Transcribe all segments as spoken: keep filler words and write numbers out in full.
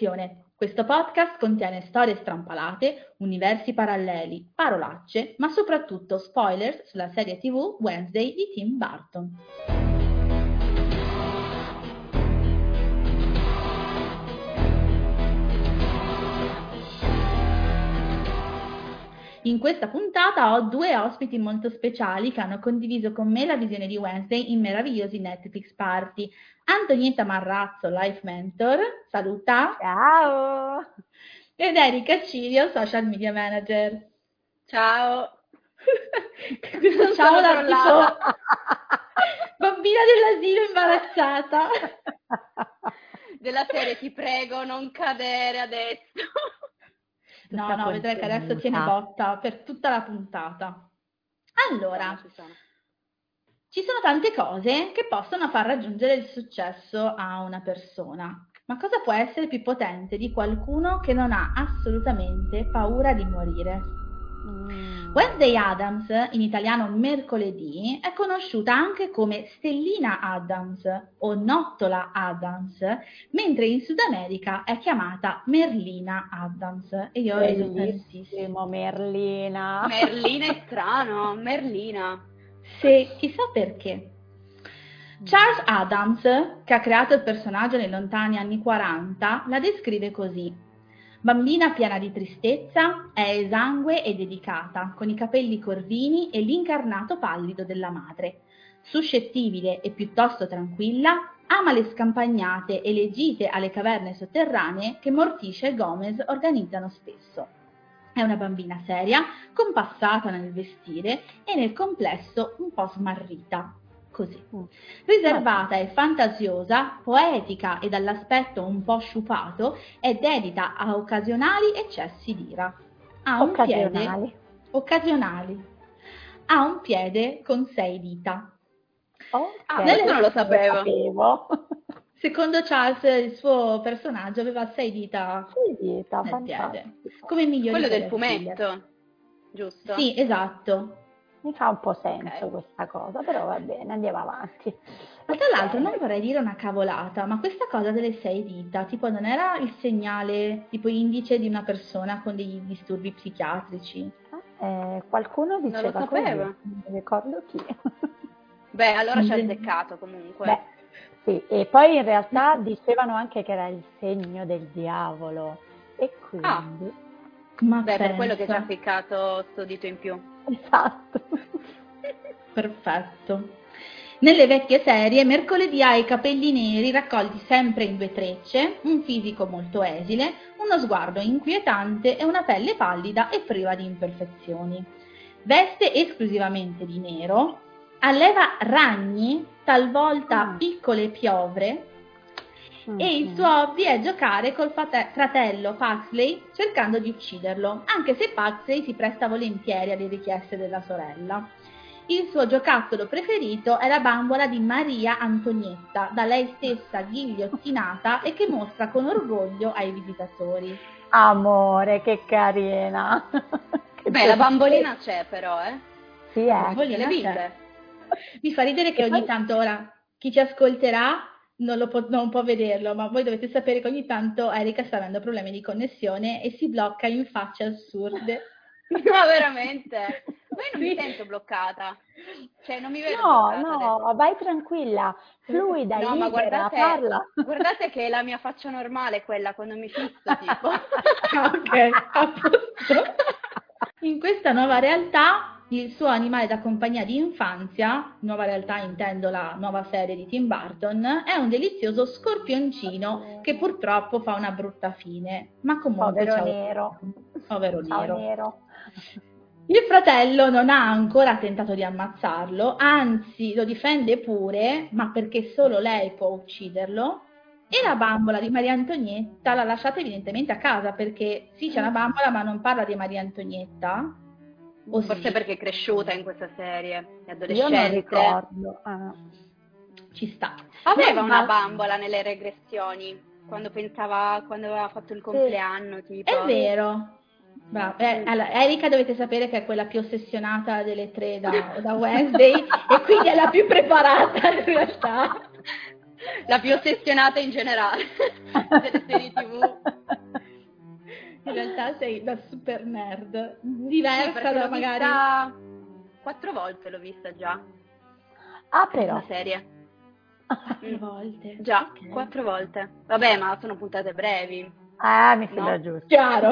Attenzione, questo podcast contiene storie strampalate, universi paralleli, parolacce, ma soprattutto spoilers sulla serie tivù Wednesday di Tim Burton. In questa puntata ho due ospiti molto speciali che hanno condiviso con me la visione di Wednesday in meravigliosi Netflix Party. Antonietta Marrazzo, Life Mentor, saluta. Ciao! Ed Erika Cirio, Social Media Manager. Ciao! Questo ciao da tipo bambina dell'asilo imbarazzata. Della serie ti prego non cadere adesso. No, no, vedrai che adesso tiene botta per tutta la puntata. Allora, ci sono. ci sono tante cose che possono far raggiungere il successo a una persona, ma cosa può essere più potente di qualcuno che non ha assolutamente paura di morire? Mm. Wednesday Addams, in italiano mercoledì, è conosciuta anche come Stellina Addams o Nottola Addams, mentre in Sud America è chiamata Merlina Addams. E io ho riso tantissimo. Merlina. Merlina è strano, Merlina. Sì, chissà perché. Charles Addams, che ha creato il personaggio nei lontani anni quaranta, la descrive così. Bambina piena di tristezza, è esangue e dedicata, con i capelli corvini e l'incarnato pallido della madre. Suscettibile e piuttosto tranquilla, ama le scampagnate e le gite alle caverne sotterranee che Morticia e Gomez organizzano spesso. È una bambina seria, compassata nel vestire e nel complesso un po' smarrita. Così. Riservata e fantasiosa, poetica e dall'aspetto un po' sciupato, è dedita a occasionali eccessi d'ira. Ha un occasionali. piede occasionali. Ha un piede con sei dita. Oh, ah, questo non lo sapevo. Lo sapevo. Secondo Charles il suo personaggio aveva sei dita, sei dita nel fantastico. piede. Come migliori quello del fumetto, fumetto, giusto? Sì, esatto. Mi fa un po' senso okay. questa cosa, però va bene, andiamo avanti. Ma tra l'altro non vorrei dire una cavolata, ma questa cosa delle sei dita, tipo non era il segnale, tipo indice di una persona con dei disturbi psichiatrici? Eh, qualcuno diceva non lo sapevo. Così, non mi ricordo chi. Beh, allora ci ha azzeccato comunque. Beh, sì, e poi in realtà dicevano anche che era il segno del diavolo, e quindi... Ah. Ma Beh, pensa. per quello che ci ha ficcato sto dito in più. Esatto. Perfetto. Nelle vecchie serie, mercoledì ha i capelli neri raccolti sempre in due trecce, un fisico molto esile, uno sguardo inquietante e una pelle pallida e priva di imperfezioni. Veste esclusivamente di nero, alleva ragni, talvolta Mm. piccole piovre, Mm-hmm. e il suo hobby è giocare col fate- fratello Paxley cercando di ucciderlo, anche se Paxley si presta volentieri alle richieste della sorella. Il suo giocattolo preferito è la bambola di Maria Antonietta, da lei stessa ghigliottinata e che mostra con orgoglio ai visitatori. Amore, che carina! Che Beh, la bambolina c'è però, eh? Sì, La eh. bambolina le c'è. Mi fa ridere che E ogni poi... tanto ora chi ci ascolterà non, lo può, non può vederlo, ma voi dovete sapere che ogni tanto Erika sta avendo problemi di connessione e si blocca in facce assurde. No, veramente? Ma io non Sì. mi sento bloccata. Cioè, non mi vedo No, bloccata no, adesso. vai tranquilla, fluida, No, ma libera, guardate, parla. guardate che la mia faccia normale è quella quando mi fisso, tipo. Ok, a posto. In questa nuova realtà, il suo animale da compagnia di infanzia, nuova realtà intendo la nuova serie di Tim Burton, è un delizioso scorpioncino che purtroppo fa una brutta fine, ma comunque Povero ciao, nero. povero Ciao nero. nero. Il fratello non ha ancora tentato di ammazzarlo, anzi lo difende pure, ma perché solo lei può ucciderlo. E la bambola di Maria Antonietta l'ha lasciata evidentemente a casa, perché sì, c'è una bambola, ma non parla di Maria Antonietta. O Forse sì? perché è cresciuta in questa serie, è Io adolescente. non ricordo. Ah. Ci sta. Aveva Non una va- bambola nelle regressioni, quando pensava, quando aveva fatto il compleanno, tipo. È vero. Brava. Eh, allora, Erika dovete sapere che è quella più ossessionata delle tre da, da Wednesday e quindi è la più preparata in realtà. La più ossessionata in generale delle serie tivù. Bella sei da super nerd, Sì, diversa perché da l'ho magari... vista quattro volte, l'ho vista già, Ah, la però. serie. Quattro Mm. volte, Già, ok. quattro volte. Vabbè, ma sono puntate brevi, Ah, mi no? sembra giusto. Chiaro.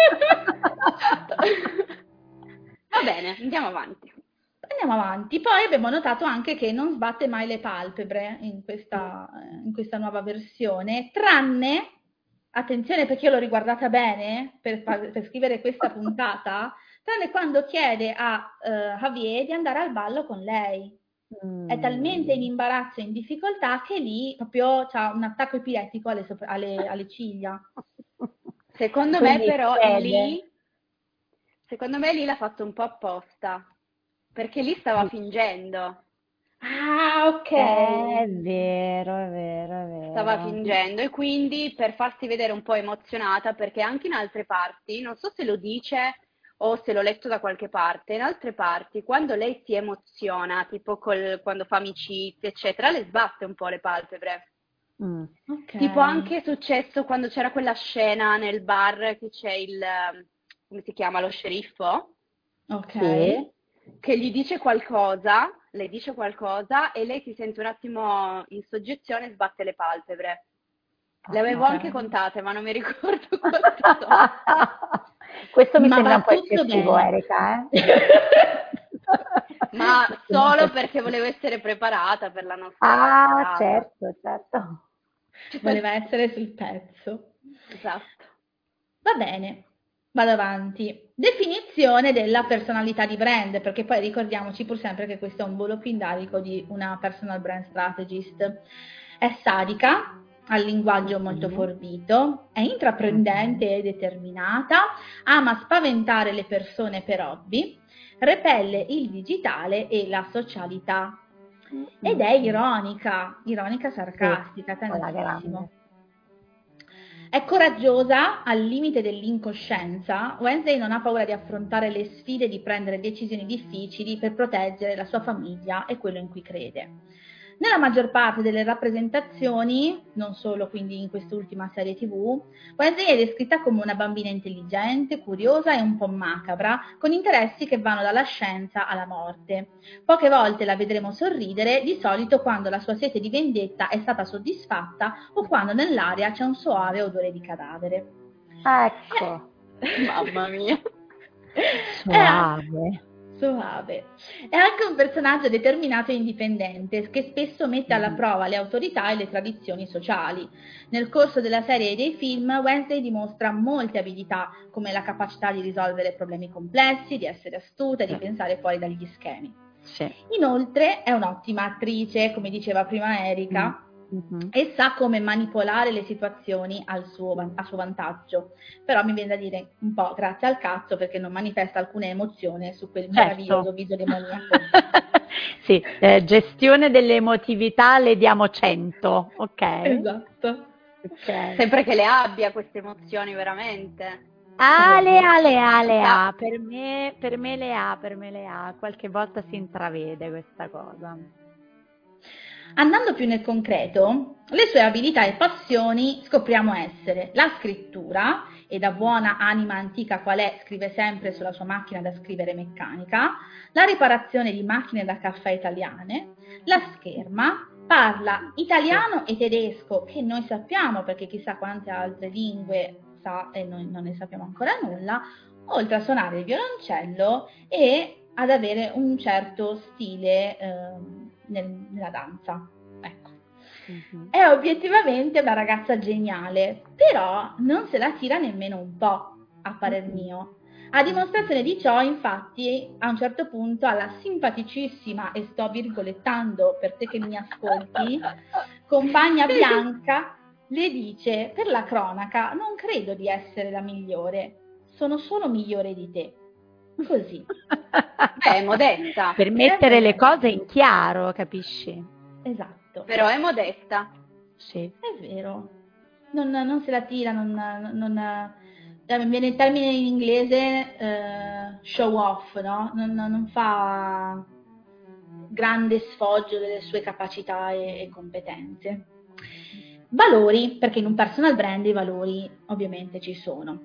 Va bene, andiamo avanti. Andiamo avanti. Poi abbiamo notato anche che non sbatte mai le palpebre in questa, in questa nuova versione, tranne, attenzione perché io l'ho riguardata bene per, fa- per scrivere questa puntata, tranne quando chiede a eh, Javier di andare al ballo con lei. È talmente in Mm. imbarazzo e in difficoltà che lì proprio ha un attacco epiletico alle, sopra- alle- alle ciglia. Secondo me Quindi però cede. lì, secondo me lì l'ha fatto un po' apposta, perché lì stava fingendo, Ah, ok. È vero, è vero, è stava vero. fingendo e quindi per farsi vedere un po' emozionata, perché anche in altre parti, non so se lo dice o se l'ho letto da qualche parte, in altre parti quando lei si emoziona, tipo col- quando fa amicizia, eccetera, le sbatte un po' le palpebre. Mm. Ok. Tipo anche è successo quando c'era quella scena nel bar che c'è il, eh, come si chiama, lo sceriffo, Ok. Sì. che gli dice qualcosa, le dice qualcosa e lei si sente un attimo in soggezione e sbatte le palpebre. Le avevo Ok. anche contate, ma non mi ricordo quante sono. Questo mi Ma sembra va un po' tutto eccessivo, bene. Erika, eh? Ma Mi sembra un po' solo perché eccessivo. volevo essere preparata per la nostra Ah, serata. certo, certo. Voleva essere sul pezzo. Esatto. Va bene, vado avanti. Definizione della personalità di brand, perché poi ricordiamoci pur sempre che questo è un volo pindarico di una personal brand strategist. È sadica, ha il linguaggio molto Mhm. forbito, è intraprendente e determinata, ama spaventare le persone per hobby, repelle il digitale e la socialità. Ed è Mhm. ironica, ironica Sì, sarcastica, alla tantissimo. grande. È coraggiosa al limite dell'incoscienza. Wednesday non ha paura di affrontare le sfide e di prendere decisioni difficili per proteggere la sua famiglia e quello in cui crede. Nella maggior parte delle rappresentazioni, non solo quindi in quest'ultima serie tivù, Wednesday è descritta come una bambina intelligente, curiosa e un po' macabra, con interessi che vanno dalla scienza alla morte. Poche volte la vedremo sorridere, di solito quando la sua sete di vendetta è stata soddisfatta o quando nell'aria c'è un soave odore di cadavere. Ecco, Mamma mia. È a- soave. Soave. È anche un personaggio determinato e indipendente che spesso mette alla Mhm. prova le autorità e le tradizioni sociali. Nel corso della serie e dei film, Wednesday dimostra molte abilità, come la capacità di risolvere problemi complessi, di essere astuta e di Sì, pensare fuori dagli schemi. sì. Inoltre è un'ottima attrice, come diceva prima Mm. Erika, Mhm. e sa come manipolare le situazioni al suo, van- a suo vantaggio. Però mi viene da dire un po' grazie al cazzo perché non manifesta alcuna emozione su quel meraviglioso Certo. viso demoniaco. Sì, eh, gestione delle emotività le diamo cento, ok? Esatto. Ok. Sempre che le abbia queste emozioni, veramente. Ah, le ha, le ha, Si le sa. ha, per me, per me le ha, per me le ha, qualche volta si intravede questa cosa. Andando più nel concreto, le sue abilità e passioni scopriamo essere la scrittura, e da buona anima antica qual è, scrive sempre sulla sua macchina da scrivere meccanica, la riparazione di macchine da caffè italiane, la scherma, parla italiano e tedesco, che noi sappiamo perché chissà quante altre lingue sa e noi non ne sappiamo ancora nulla, oltre a suonare il violoncello e ad avere un certo stile ehm, nel- nella danza. Ecco. Mhm. È obiettivamente una ragazza geniale, però non se la tira nemmeno un po', a parer Mhm. mio. A dimostrazione di ciò, infatti, a un certo punto alla simpaticissima, e sto virgolettando per te che mi ascolti, compagna Bianca le dice: per la cronaca non credo di essere la migliore, sono solo migliore di te. Così. Beh, è modesta, Per È mettere le modesta. cose in chiaro, capisci? Esatto. però è modesta. Sì. È vero. Non, non se la tira, non, non, eh, mi viene il termine in inglese eh, show off, no? Non, non fa grande sfoggio delle sue capacità e, e competenze. Valori, perché in un personal brand i valori ovviamente ci sono.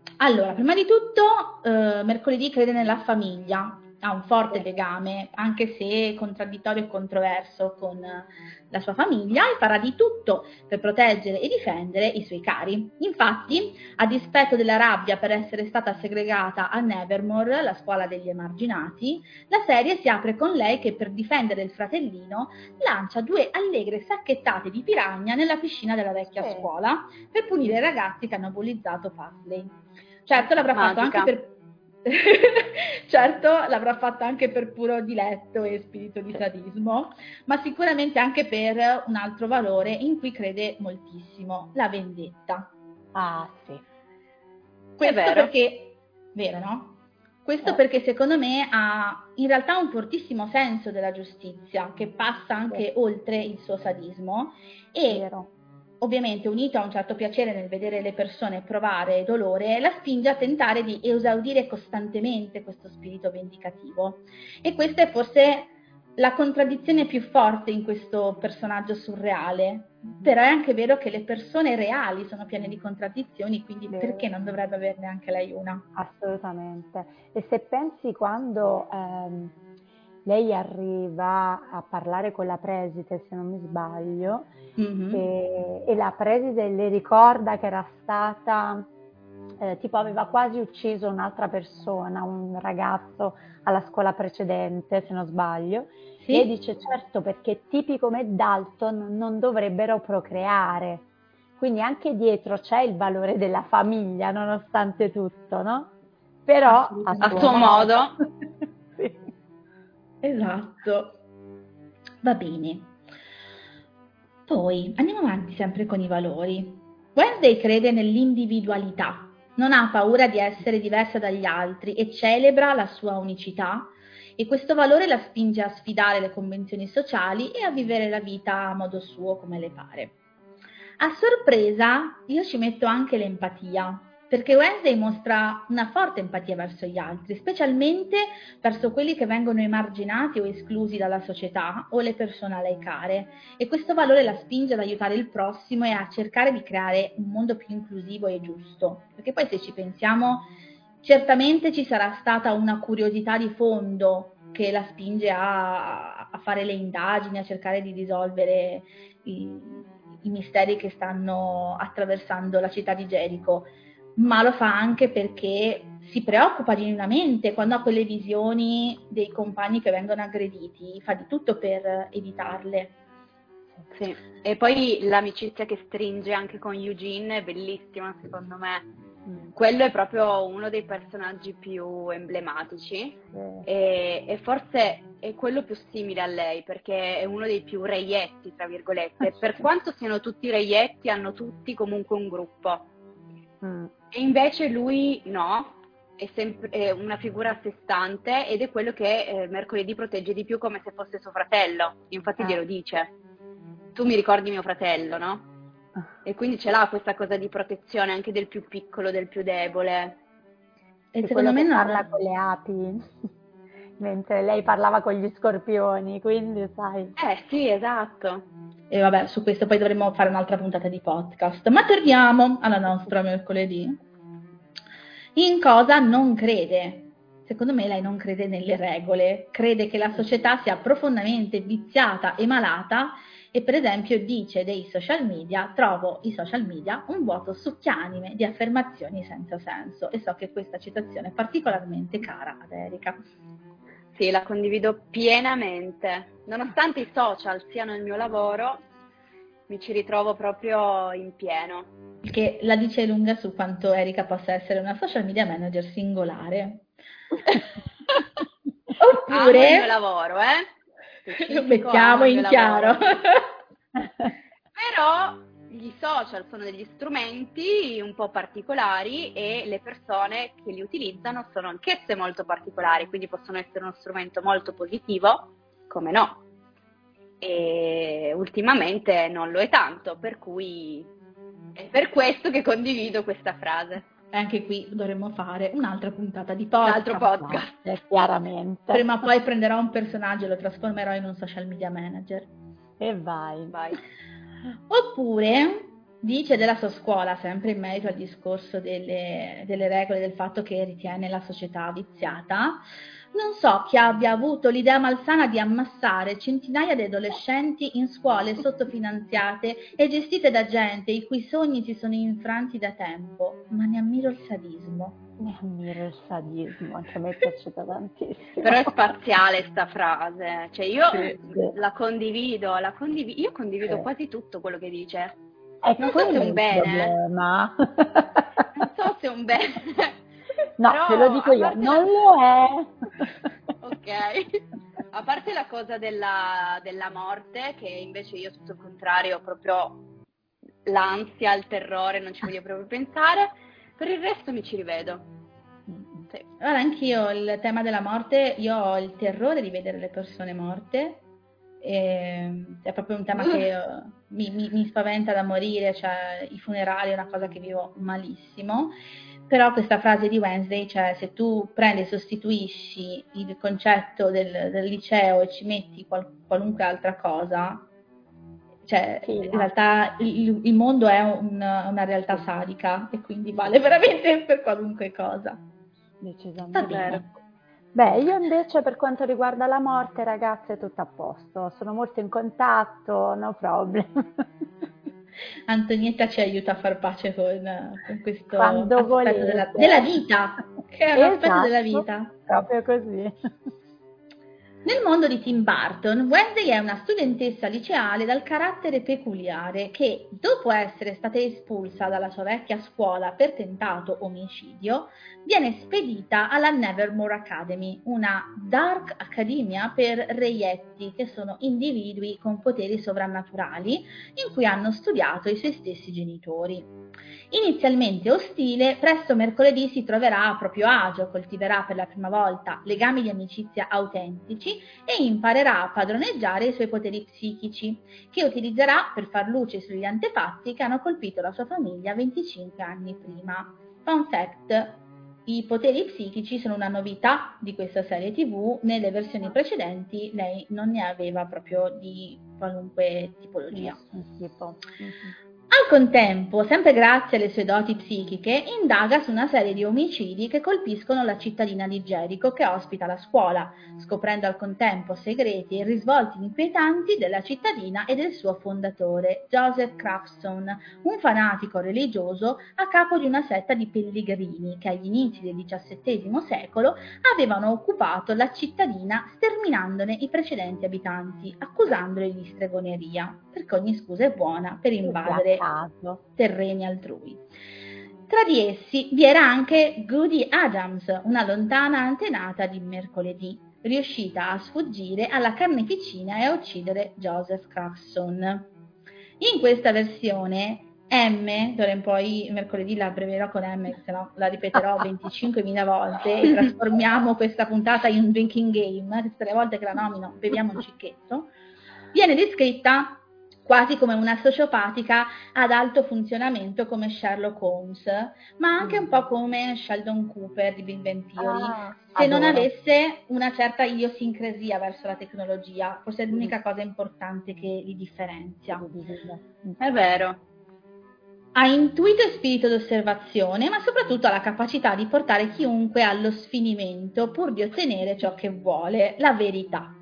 Allora, prima di tutto, eh, mercoledì crede nella famiglia, ha un forte legame, anche se contraddittorio e controverso, con la sua famiglia e farà di tutto per proteggere e difendere i suoi cari. Infatti, a dispetto della rabbia per essere stata segregata a Nevermore, la scuola degli emarginati, la serie si apre con lei che per difendere il fratellino lancia due allegre sacchettate di piranha nella piscina della vecchia Sì. scuola per punire i ragazzi che hanno bullizzato Paisley. Certo l'avrà fatto Magica. anche per certo l'avrà fatto anche per puro diletto e spirito di sadismo, ma sicuramente anche per un altro valore in cui crede moltissimo, la vendetta. Ah, sì. Questo vero. perché, vero no? Questo Eh. perché secondo me ha in realtà un fortissimo senso della giustizia che passa anche Sì. oltre il suo sadismo e Vero. ovviamente unito a un certo piacere nel vedere le persone provare dolore, la spinge a tentare di esaudire costantemente questo spirito vendicativo. E questa è forse la contraddizione più forte in questo personaggio surreale. Però è anche vero che le persone reali sono piene di contraddizioni, quindi Vero. perché non dovrebbe averne anche lei una? Assolutamente. E se pensi quando ehm, lei arriva a parlare con la preside, se non mi sbaglio, Mhm. e, e la preside le ricorda che era stata, eh, tipo aveva quasi ucciso un'altra persona, un ragazzo alla scuola precedente, se non sbaglio. Sì? Lei dice certo perché tipi come Dalton non dovrebbero procreare. Quindi anche dietro c'è il valore della famiglia, nonostante tutto, no? Però a Assolutamente. A suo suo modo. modo. Sì. Esatto. Va bene. Poi andiamo avanti sempre con i valori. Wednesday crede nell'individualità, non ha paura di essere diversa dagli altri e celebra la sua unicità e questo valore la spinge a sfidare le convenzioni sociali e a vivere la vita a modo suo come le pare. A sorpresa io ci metto anche l'empatia, perché Wednesday mostra una forte empatia verso gli altri, specialmente verso quelli che vengono emarginati o esclusi dalla società o le persone a lei care, e questo valore la spinge ad aiutare il prossimo e a cercare di creare un mondo più inclusivo e giusto, perché poi se ci pensiamo certamente ci sarà stata una curiosità di fondo che la spinge a, a fare le indagini, a cercare di risolvere i, i misteri che stanno attraversando la città di Gerico, ma lo fa anche perché si preoccupa genuinamente quando ha quelle visioni dei compagni che vengono aggrediti, fa di tutto per evitarle. Sì. E poi l'amicizia che stringe anche con Eugene è bellissima, secondo me. Quello è proprio uno dei personaggi più emblematici Sì. e, e forse è quello più simile a lei, perché è uno dei più reietti, tra virgolette. Per quanto siano tutti reietti, hanno tutti comunque un gruppo. Mm. E invece lui no, è sempre è una figura a sé stante ed è quello che eh, mercoledì protegge di più come se fosse suo fratello. Infatti Eh. glielo dice: tu mi ricordi mio fratello, no? E quindi ce l'ha questa cosa di protezione anche del più piccolo, del più debole. E Che secondo quello me che non parla è... con le api, mentre lei parlava con gli scorpioni, quindi sai. Eh sì, esatto. E vabbè, su questo poi dovremmo fare un'altra puntata di podcast. Ma torniamo alla nostra mercoledì. In cosa non crede? Secondo me lei non crede nelle regole, crede che la società sia profondamente viziata e malata e per esempio dice dei social media: trovo i social media un vuoto succhianime di affermazioni senza senso, e so che questa citazione è particolarmente cara ad Erika. Sì, la condivido pienamente. Nonostante i social siano il mio lavoro, mi ci ritrovo proprio in pieno. Che la dice lunga su quanto Erika possa essere una social media manager singolare. Amo il mio Oppure, lavoro, eh? Specifico, mettiamo amo il mio in chiaro. lavoro. Però gli social sono degli strumenti un po' particolari e le persone che li utilizzano sono anch'esse molto particolari, quindi possono essere uno strumento molto positivo, come no. E ultimamente non lo è tanto, per cui è per questo che condivido questa frase. Anche qui dovremmo fare un'altra puntata di Un podcast. altro podcast. Eh, chiaramente. Prima o poi prenderò un personaggio e lo trasformerò in un social media manager. E vai. Vai. Oppure Dice della sua scuola, sempre in merito al discorso delle, delle regole, del fatto che ritiene la società viziata: non so chi abbia avuto l'idea malsana di ammassare centinaia di adolescenti in scuole sottofinanziate e gestite da gente i cui sogni si sono infranti da tempo, ma ne ammiro il sadismo. Ne ammiro il sadismo, anche a me è piaciuta tantissimo. Però è spaziale sta frase, cioè io Sì, sì. la condivido, la condivi- io condivido Sì. quasi tutto quello che dice. È Non so se è quello un il bene, problema. non so se è un bene, No, però te lo dico a io, parte non la- lo è. Ok, a parte la cosa della, della morte, che invece io tutto il contrario, ho proprio l'ansia, il terrore, non ci voglio proprio pensare, per il resto mi ci rivedo. Sì. Allora, anch'io il tema della morte, io ho il terrore di vedere le persone morte, e è proprio un tema che eh, mi, mi- mi spaventa da morire, cioè i funerali è una cosa che vivo malissimo. Però questa frase di Wednesday, cioè se tu prendi e sostituisci il concetto del, del liceo e ci metti qual- qualunque altra cosa, cioè in Fila. realtà il, il mondo è un- una realtà sadica e quindi vale veramente per qualunque cosa. Decisamente. Va bene. Beh, io invece per quanto riguarda la morte, ragazze, è tutto a posto. Sono molto in contatto, no problem. Antonietta ci aiuta a far pace con, con questo Quando aspetto volete. della, della vita, che è un aspetto della Esatto, vita. proprio così. Nel mondo di Tim Burton, Wednesday è una studentessa liceale dal carattere peculiare che, dopo essere stata espulsa dalla sua vecchia scuola per tentato omicidio, viene spedita alla Nevermore Academy, una dark accademia per reietti, che sono individui con poteri sovrannaturali, in cui hanno studiato i suoi stessi genitori. Inizialmente ostile, presto mercoledì si troverà a proprio agio, coltiverà per la prima volta legami di amicizia autentici e imparerà a padroneggiare i suoi poteri psichici, che utilizzerà per far luce sugli antefatti che hanno colpito la sua famiglia venticinque anni prima. Fun fact: i poteri psichici sono una novità di questa serie tivù, nelle versioni precedenti lei non ne aveva proprio di qualunque tipologia. Nessun tipo. Mhm. Al contempo, sempre grazie alle sue doti psichiche, indaga su una serie di omicidi che colpiscono la cittadina di Jericho che ospita la scuola, scoprendo al contempo segreti e risvolti inquietanti della cittadina e del suo fondatore, Joseph Craftston, un fanatico religioso a capo di una setta di pellegrini che agli inizi del diciassettesimo secolo avevano occupato la cittadina sterminandone i precedenti abitanti, accusandoli di stregoneria, perché ogni scusa è buona per invadere Caso. terreni altrui. Tra di essi vi era anche Goody Adams, una lontana antenata di mercoledì, riuscita a sfuggire alla carneficina e a uccidere Joseph Craftston. In questa versione M, d'ora in poi mercoledì la abbreverò con M, se no la ripeterò venticinquemila volte e trasformiamo questa puntata in un drinking game, tutte le volte che la nomino beviamo un cicchetto, viene descritta quasi come una sociopatica ad alto funzionamento come Sherlock Holmes, ma anche un po' come Sheldon Cooper di Big Bang Theory, Ah, se non adoro. avesse una certa idiosincrasia verso la tecnologia, forse è l'unica cosa importante che li differenzia. È vero. Ha intuito e spirito d'osservazione, ma soprattutto ha la capacità di portare chiunque allo sfinimento pur di ottenere ciò che vuole, la verità.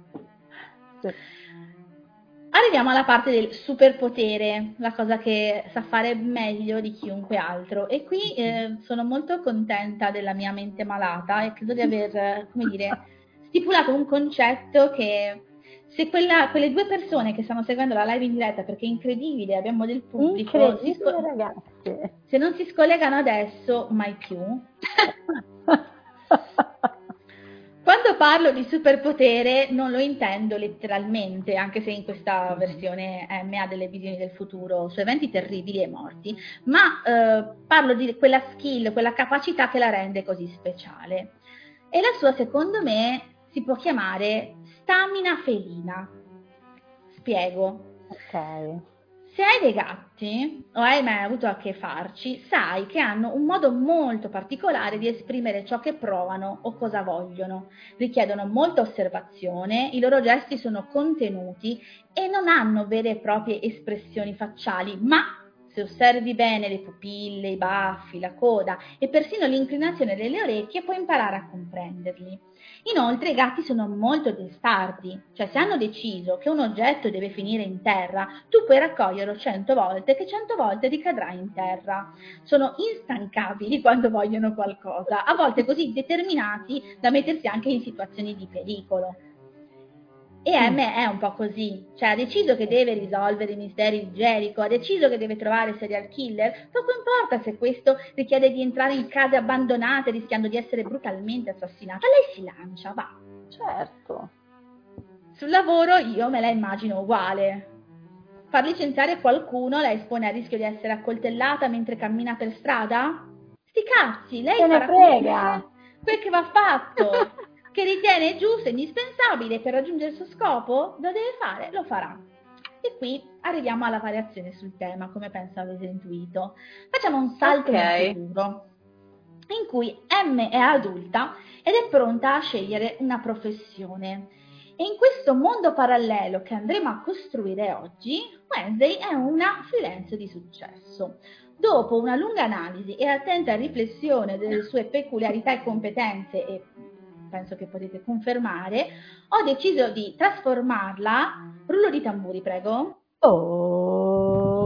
Sì. Arriviamo alla parte del superpotere, la cosa che sa fare meglio di chiunque altro. E qui eh, sono molto contenta della mia mente malata e credo di aver, eh, come dire, stipulato un concetto che se quella, quelle due persone che stanno seguendo la live in diretta, perché è incredibile, abbiamo del pubblico, si Incredibile, sco- ragazzi. se non si scollegano adesso, mai più. Quando parlo di superpotere non lo intendo letteralmente, anche se in questa versione M ha delle visioni del futuro su eventi terribili e morti, ma eh, parlo di quella skill, quella capacità che la rende così speciale. E la sua, secondo me, si può chiamare stamina felina. Spiego. Ok. Se hai dei gatti o hai mai avuto a che farci, sai che hanno un modo molto particolare di esprimere ciò che provano o cosa vogliono. Richiedono molta osservazione, i loro gesti sono contenuti e non hanno vere e proprie espressioni facciali, ma Se osservi bene le pupille, i baffi, la coda e persino l'inclinazione delle orecchie, puoi imparare a comprenderli. Inoltre i gatti sono molto testardi, cioè se hanno deciso che un oggetto deve finire in terra, tu puoi raccoglierlo cento volte che cento volte ricadrà in terra. Sono instancabili quando vogliono qualcosa, a volte così determinati da mettersi anche in situazioni di pericolo. E M è un po' così, cioè ha deciso che deve risolvere i misteri di Jericho, ha deciso che deve trovare serial killer, poco importa se questo richiede di entrare in case abbandonate rischiando di essere brutalmente assassinata, lei si lancia, va. Certo. Sul lavoro io me la immagino uguale. Far licenziare qualcuno la espone a rischio di essere accoltellata mentre cammina per strada? Sti cazzi, lei Se ne farà frega. quel che va fatto. Che ritiene giusto e indispensabile per raggiungere il suo scopo, lo deve fare, lo farà. E qui arriviamo alla variazione sul tema, come penso avete intuito. Facciamo un salto Okay. nel futuro, in cui M è adulta ed è pronta a scegliere una professione. E in questo mondo parallelo che andremo a costruire oggi, Wednesday è una freelance di successo. Dopo una lunga analisi e attenta riflessione delle sue peculiarità e competenze, e penso che potete confermare, ho deciso di trasformarla, rullo di tamburi prego, Oh.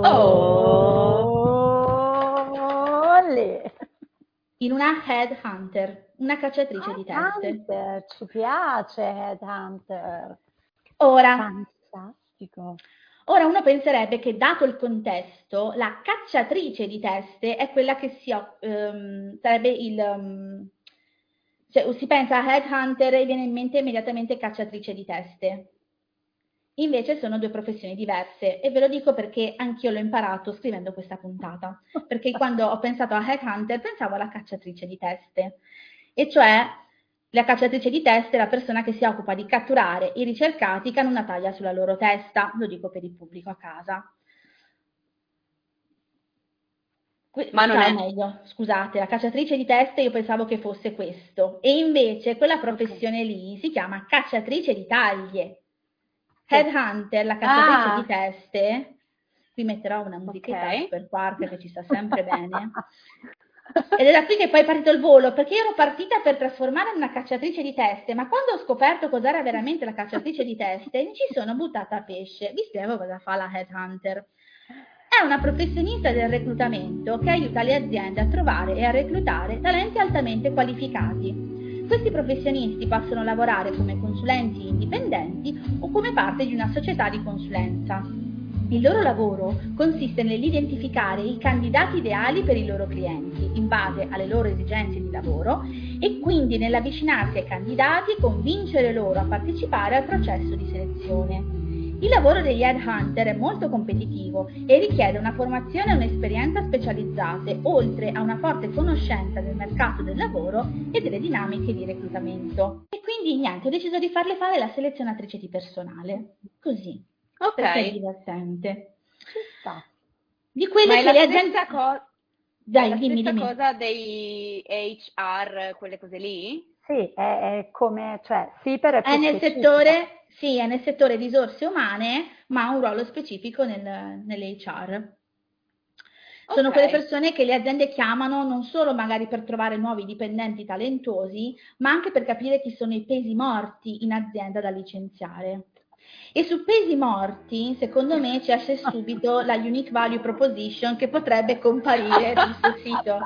Oh. Olè. in una headhunter, una cacciatrice di teste. Headhunter, ci piace Headhunter. Ora, Fantastico. ora uno penserebbe che dato il contesto, la cacciatrice di teste è quella che si, oc- ehm, sarebbe il... ehm, cioè si pensa a headhunter e viene in mente immediatamente cacciatrice di teste. Invece sono due professioni diverse e ve lo dico perché anch'io l'ho imparato scrivendo questa puntata, perché quando ho pensato a headhunter pensavo alla cacciatrice di teste, e cioè la cacciatrice di teste è la persona che si occupa di catturare i ricercati che hanno una taglia sulla loro testa, lo dico per il pubblico a casa. Que- Ma non cioè, è. meglio, scusate, la cacciatrice di teste io pensavo che fosse questo, e invece quella professione lì si chiama cacciatrice di taglie. Headhunter, la cacciatrice Ah. di teste, qui metterò una musichetta Ok. super quark che ci sta sempre bene, ed è da qui che poi è partito il volo, perché io ero partita per trasformare in una cacciatrice di teste, ma quando ho scoperto cos'era veramente la cacciatrice di teste, mi ci sono buttata a pesce. Vi spiego cosa fa la headhunter. È una professionista del reclutamento che aiuta le aziende a trovare e a reclutare talenti altamente qualificati. Questi professionisti possono lavorare come consulenti indipendenti o come parte di una società di consulenza. Il loro lavoro consiste nell'identificare i candidati ideali per i loro clienti in base alle loro esigenze di lavoro e quindi nell'avvicinarsi ai candidati e convincere loro a partecipare al processo di selezione. Il lavoro degli headhunter è molto competitivo e richiede una formazione e un'esperienza specializzate, oltre a una forte conoscenza del mercato del lavoro e delle dinamiche di reclutamento. E quindi niente, ho deciso di farle fare la selezionatrice di personale, così, perché è Ok. divertente. Ci sta. Di quelle Ma è che la le stessa aziende... cosa. È Dai, la dimmi, stessa dimmi. cosa dei H R, quelle cose lì? Sì, è, è come, cioè, sì, però è È più nel specifica. settore, sì, è nel settore risorse umane, ma ha un ruolo specifico nel, nell'H R. Sono Ok. quelle persone che le aziende chiamano non solo magari per trovare nuovi dipendenti talentuosi, ma anche per capire chi sono i pesi morti in azienda da licenziare. E su pesi morti, secondo me, ci esce subito la Unique Value Proposition che potrebbe comparire sul sito.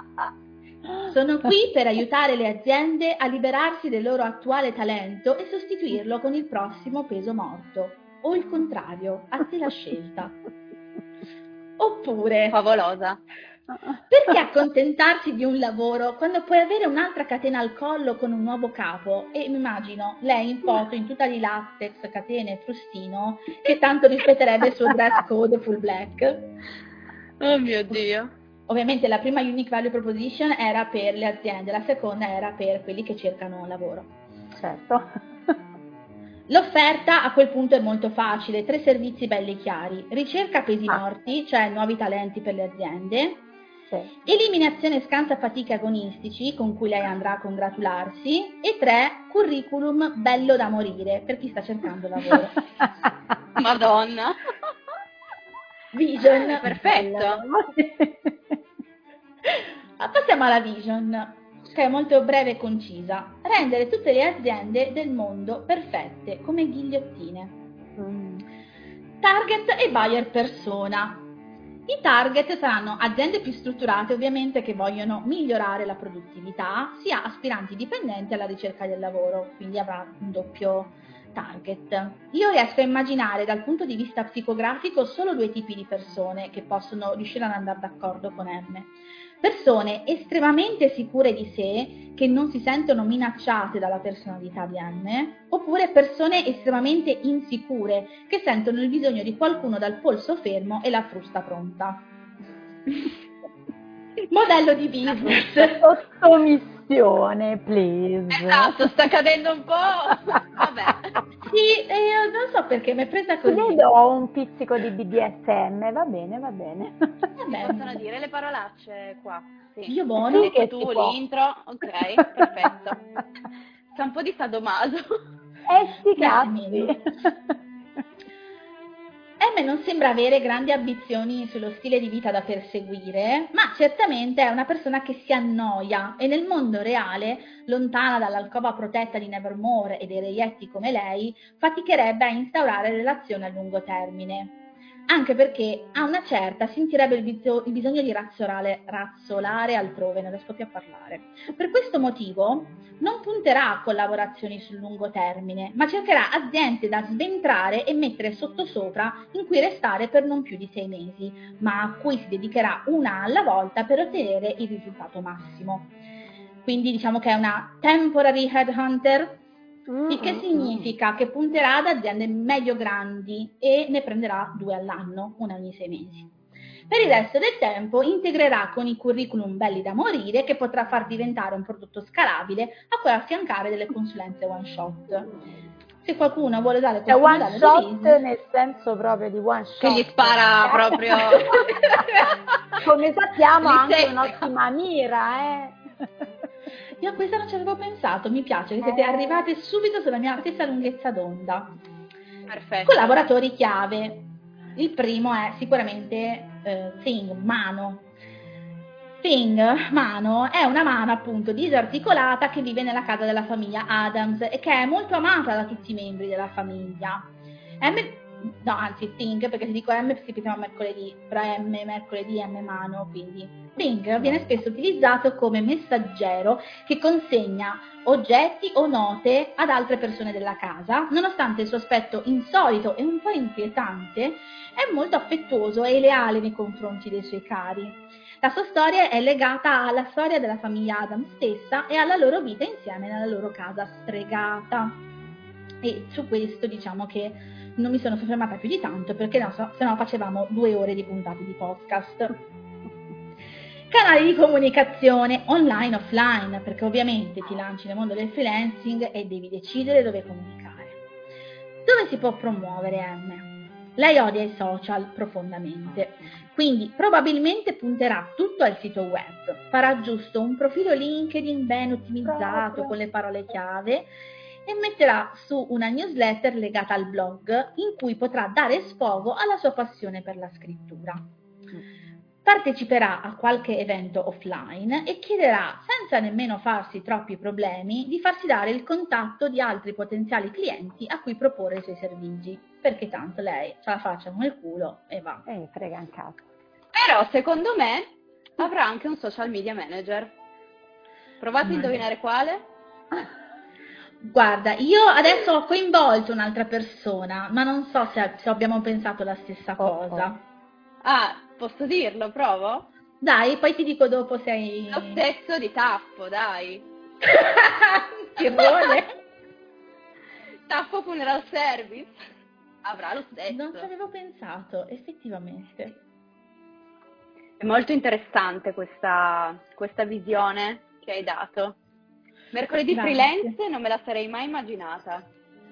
Sono qui per aiutare le aziende a liberarsi del loro attuale talento e sostituirlo con il prossimo peso morto. O il contrario, a te la scelta. Oppure, Favolosa. perché accontentarsi di un lavoro quando puoi avere un'altra catena al collo con un nuovo capo? E mi immagino lei in foto in tuta di latex, catene e frustino, che tanto rispetterebbe il suo dress code full black. Oh mio Dio. Ovviamente la prima Unique Value Proposition era per le aziende, la seconda era per quelli che cercano un lavoro. Certo. L'offerta a quel punto è molto facile, tre servizi belli chiari: ricerca pesi Ah. morti, cioè nuovi talenti per le aziende, Sì. eliminazione scansa fatiche agonistici con cui lei andrà a congratularsi, e tre, curriculum bello da morire per chi sta cercando lavoro. Madonna. Vision. Perfetto. Passiamo alla vision, che è molto breve e concisa. Rendere tutte le aziende del mondo perfette, come ghigliottine. Mm. Target e buyer persona. I target saranno aziende più strutturate, ovviamente, che vogliono migliorare la produttività, sia aspiranti dipendenti alla ricerca del lavoro, quindi avrà un doppio target. Io riesco a immaginare dal punto di vista psicografico solo due tipi di persone che possono riuscire ad andare d'accordo con M. Persone estremamente sicure di sé, che non si sentono minacciate dalla personalità di M, oppure persone estremamente insicure, che sentono il bisogno di qualcuno dal polso fermo e la frusta pronta. Modello di business. Sottomissione, please. Esatto, sta cadendo un po'. Vabbè. Sì, e io non so perché mi è presa così. Ti do un pizzico di B D S M, va bene, va bene. Vabbè. Possono dire le parolacce qua. Sì. Io buono. Hai detto Che tu si può. l'intro, ok, perfetto. C'è un po' di sadomaso. Eh sti Beh, cazzi. M non sembra avere grandi ambizioni sullo stile di vita da perseguire, ma certamente è una persona che si annoia e nel mondo reale, lontana dall'alcova protetta di Nevermore e dei reietti come lei, faticherebbe a instaurare relazioni a lungo termine. Anche perché a una certa sentirebbe il, bisog- il bisogno di razzolare, razzolare altrove, non riesco più a parlare. Per questo motivo non punterà a collaborazioni sul lungo termine, ma cercherà aziende da sventrare e mettere sottosopra in cui restare per non più di sei mesi, ma a cui si dedicherà una alla volta per ottenere il risultato massimo. Quindi diciamo che è una temporary headhunter, il che significa che punterà ad aziende medio grandi e ne prenderà due all'anno, una ogni sei mesi. Per il resto del tempo integrerà con i curriculum belli da morire che potrà far diventare un prodotto scalabile a cui affiancare delle consulenze one shot. Se qualcuno vuole dare È questo one modello shot di business, nel senso proprio di one shot. Che gli spara proprio. Come sappiamo Li anche secca. un'ottima mira, eh. io a questa non ci avevo pensato, mi piace che siete Eh. arrivate subito sulla mia stessa lunghezza d'onda. Perfetto. Collaboratori chiave. Il primo è sicuramente eh, Thing, Mano. Thing, Mano, è una mano appunto disarticolata che vive nella casa della famiglia Adams e che è molto amata da tutti i membri della famiglia. M, no, anzi Thing, perché se dico M si pensa a mercoledì, però M, mercoledì, M mano, quindi Thing viene spesso utilizzato come messaggero che consegna oggetti o note ad altre persone della casa. Nonostante il suo aspetto insolito e un po' inquietante, è molto affettuoso e leale nei confronti dei suoi cari. La sua storia è legata alla storia della famiglia Adams stessa e alla loro vita insieme nella loro casa stregata. E su questo diciamo che non mi sono soffermata più di tanto perché no, se no facevamo due ore di puntate di podcast. Canali di comunicazione online, offline, perché ovviamente ti lanci nel mondo del freelancing e devi decidere dove comunicare. Dove si può promuovere M? Lei odia i social profondamente, quindi probabilmente punterà tutto al sito web, farà giusto un profilo LinkedIn ben ottimizzato Proprio. con le parole chiave e metterà su una newsletter legata al blog in cui potrà dare sfogo alla sua passione per la scrittura. Parteciperà a qualche evento offline e chiederà, senza nemmeno farsi troppi problemi, di farsi dare il contatto di altri potenziali clienti a cui proporre i suoi servigi, perché tanto lei ce la faccia nel culo e va. E frega un cazzo. Però secondo me avrà anche un social media manager. Provate a indovinare quale? Guarda, io adesso ho coinvolto un'altra persona, ma non so se, se abbiamo pensato la stessa Oh, cosa. Ah, posso dirlo? Provo? Dai, poi ti dico dopo se hai... Lo stesso di Taffo, dai. Tirone. Taffo Funeral Service avrà lo stesso. Non ci avevo pensato, effettivamente. È molto interessante questa, questa visione che hai dato. Mercoledì Grazie. freelance non me la sarei mai immaginata.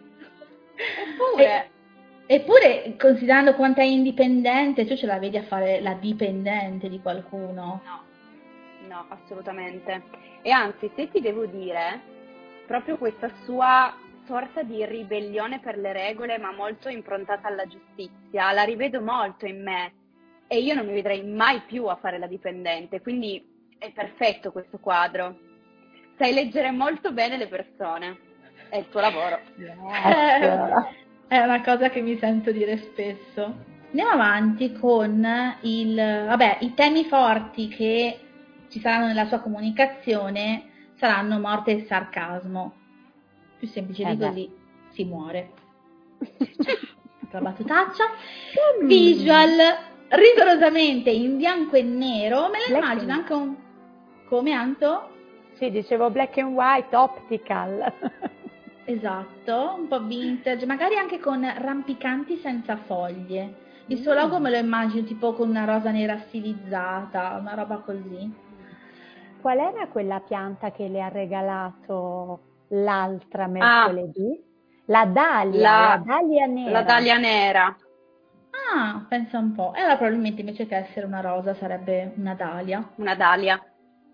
Eppure, E, eppure, considerando quanto è indipendente, tu ce la vedi a fare la dipendente di qualcuno? no, no, assolutamente. E anzi, se ti devo dire, proprio questa sua sorta di ribellione per le regole, ma molto improntata alla giustizia, la rivedo molto in me. e io non mi vedrei mai più a fare la dipendente, quindi è perfetto questo quadro. Sai leggere molto bene le persone, è il tuo lavoro. Yes. È una cosa che mi sento dire spesso. Andiamo avanti con il, vabbè, i temi forti che ci saranno nella sua comunicazione saranno morte e sarcasmo. Più semplice Eh di beh. così, si muore. La battutaccia. Mm. Visual, rigorosamente in bianco e nero. Me la Black immagino and- anche un... Come, Anto? Sì, dicevo black and white, optical. Esatto, un po' vintage, magari anche con rampicanti senza foglie. Il suo Mm. logo me lo immagino tipo con una rosa nera stilizzata, una roba così. Qual era quella pianta che le ha regalato l'altra mercoledì? La dalia, la, La, dalia nera. la dalia nera. Ah, pensa un po'. E allora probabilmente invece che essere una rosa sarebbe una dalia. Una dalia.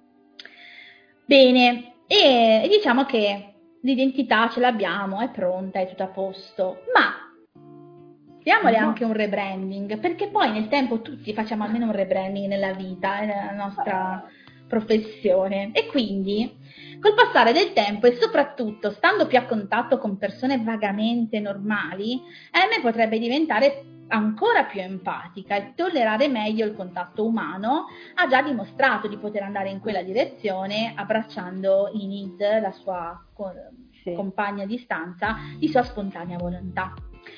Bene, e e diciamo che l'identità ce l'abbiamo, è pronta, è tutto a posto, ma diamole Ma- anche un rebranding, perché poi nel tempo tutti facciamo almeno un rebranding nella vita, è nella nostra professione, e quindi col passare del tempo e soprattutto stando più a contatto con persone vagamente normali, M potrebbe diventare ancora più empatica e tollerare meglio il contatto umano. Ha già dimostrato di poter andare in quella direzione abbracciando Enid, la sua co- Sì. compagna di stanza, di sua spontanea volontà.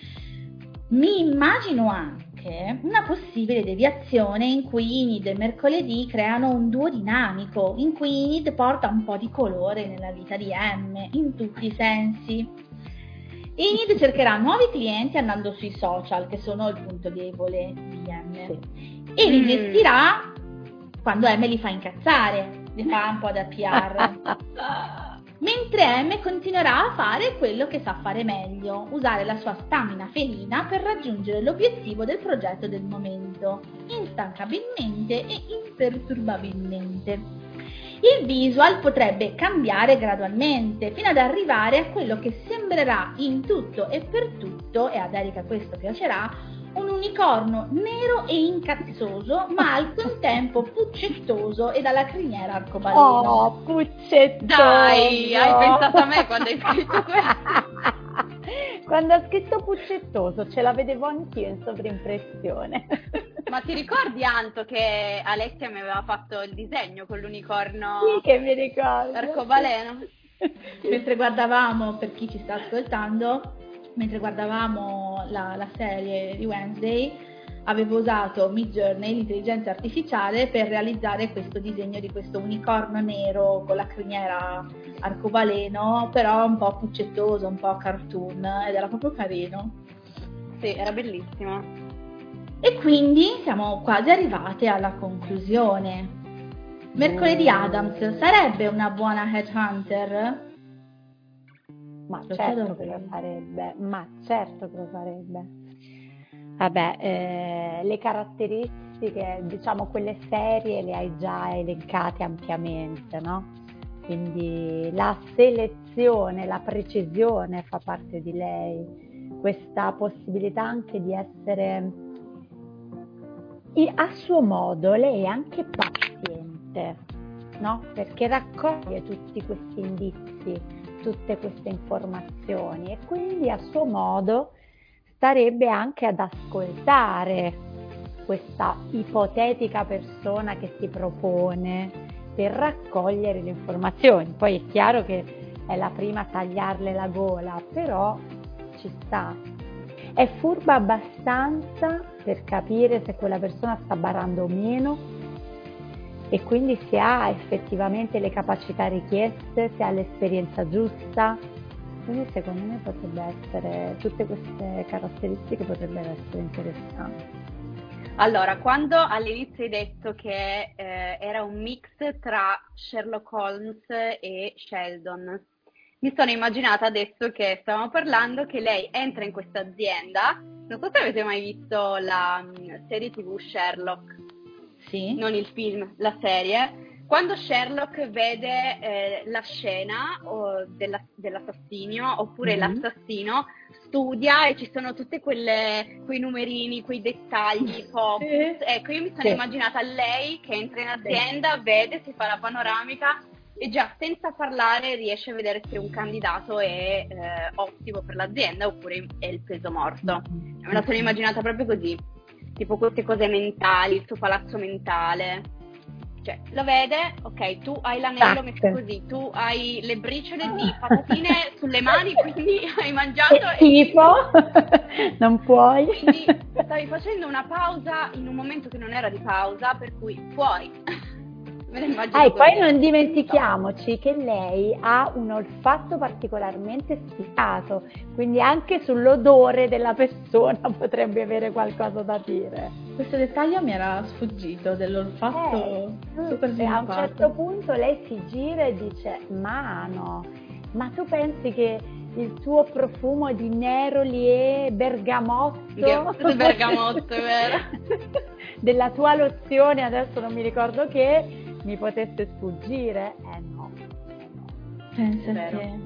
Mi immagino anche una possibile deviazione in cui Enid e Mercoledì creano un duo dinamico, in cui Enid porta un po' di colore nella vita di M, in tutti i sensi. Enid cercherà nuovi clienti andando sui social, che sono il punto debole di M, e li Mm. gestirà quando M li fa incazzare, li fa un po' da P R. Mentre M continuerà a fare quello che sa fare meglio, usare la sua stamina felina per raggiungere l'obiettivo del progetto del momento, instancabilmente e imperturbabilmente. Il visual potrebbe cambiare gradualmente fino ad arrivare a quello che sembrerà in tutto e per tutto, e ad Erika questo piacerà, un unicorno nero e incazzoso, ma al contempo puccettoso e dalla criniera arcobaleno. Oh, puccettoso! Dai, hai pensato a me quando hai scritto questo? Quando ha scritto puccettoso ce la vedevo anch'io in sovrimpressione. Ma ti ricordi, Anto, che Alessia mi aveva fatto il disegno con l'unicorno Sì, che mi ricordo. arcobaleno? Mentre guardavamo, per chi ci sta ascoltando, mentre guardavamo la, la serie di Wednesday, avevo usato Midjourney, l'intelligenza artificiale, per realizzare questo disegno di questo unicorno nero con la criniera arcobaleno, però un po' puccettoso, un po' cartoon, ed era proprio carino. Sì, era bellissimo. E quindi siamo quasi arrivate alla conclusione. Mercoledì Addams sarebbe una buona headhunter? Ma Lo certo chiedo che lo qui. sarebbe, ma certo che lo sarebbe. Vabbè, eh, le caratteristiche, diciamo quelle serie le hai già elencate ampiamente, no? Quindi la selezione, la precisione fa parte di lei, questa possibilità anche di essere i- a suo modo, lei è anche paziente, no? Perché raccoglie tutti questi indizi, tutte queste informazioni e quindi a suo modo starebbe anche ad ascoltare questa ipotetica persona che si propone per raccogliere le informazioni. Poi è chiaro che è la prima a tagliarle la gola, però ci sta. È furba abbastanza per capire se quella persona sta barando o meno e quindi se ha effettivamente le capacità richieste, se ha l'esperienza giusta. Quindi secondo me potrebbe essere, tutte queste caratteristiche potrebbero essere interessanti. Allora, quando all'inizio hai detto che eh, era un mix tra Sherlock Holmes e Sheldon, mi sono immaginata adesso che stavamo parlando che lei entra in questa azienda. Non so se avete mai visto la mm, serie tivù Sherlock, Sì? non il film, la serie. quando Sherlock vede eh, la scena o della- dell'assassinio, oppure Mhm. l'assassino studia e ci sono tutte quelle quei numerini, quei dettagli pop. Sì. Ecco, io mi sono Sì. immaginata lei che entra in azienda, vede, si fa la panoramica e già senza parlare riesce a vedere se un candidato è eh, ottimo per l'azienda oppure è il peso morto. Me la sono immaginata proprio così, tipo queste cose mentali, il suo palazzo mentale. Cioè, lo vede, ok, tu hai l'anello messo Tac. così, tu hai le briciole di patatine sulle mani, quindi hai mangiato Che schifo, non puoi. quindi stavi facendo una pausa in un momento che non era di pausa, per cui puoi. Me lo immagino Ah, e così. poi non dimentichiamoci che lei ha un olfatto particolarmente spiccato, quindi anche sull'odore della persona potrebbe avere qualcosa da dire. Questo dettaglio mi era sfuggito, dell'olfatto Eh, super e a un sviluppato. certo punto lei si gira e dice: ma no, ma tu pensi che il tuo profumo di neroli e bergamotto Che- bergamotto, è vero. della tua lozione, adesso non mi ricordo che, mi potesse sfuggire? Eh no, eh no. Pensa Vero. te.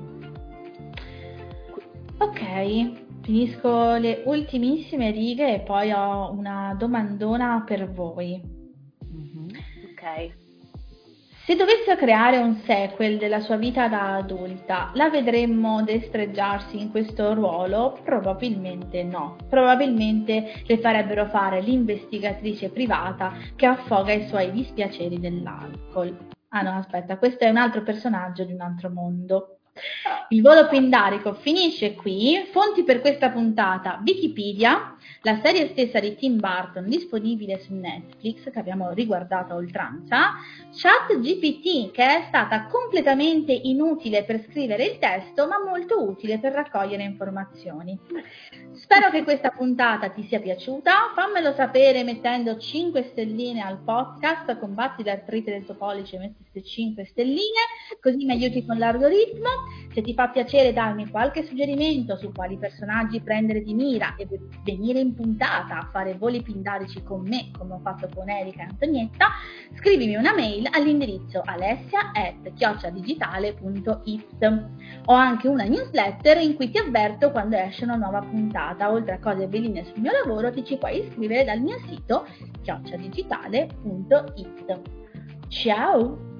Ok, finisco le ultimissime righe e poi ho una domandona per voi. Mhm. Ok. Se dovesse creare un sequel della sua vita da adulta, la vedremmo destreggiarsi in questo ruolo? Probabilmente no. Probabilmente le farebbero fare l'investigatrice privata che affoga i suoi dispiaceri dell'alcol. Ah no, aspetta, questo è un altro personaggio di un altro mondo. Il volo pindarico finisce qui. Fonti per questa puntata: Wikipedia, la serie stessa di Tim Burton disponibile su Netflix che abbiamo riguardato a oltranza, ChatGPT che è stata completamente inutile per scrivere il testo ma molto utile per raccogliere informazioni. Spero che questa puntata ti sia piaciuta, fammelo sapere mettendo cinque stelline al podcast, combatti l'artrite del tuo pollice e metti queste cinque stelline, così mi aiuti con l'algoritmo. Se ti fa piacere darmi qualche suggerimento su quali personaggi prendere di mira e venire in puntata a fare voli pindarici con me, come ho fatto con Erika e Antonietta, scrivimi una mail all'indirizzo alessia at chiocciadigitale punto it. Ho anche una newsletter in cui ti avverto quando esce una nuova puntata. Oltre a cose belline sul mio lavoro, ti ci puoi iscrivere dal mio sito chiocciadigitale punto it. Ciao!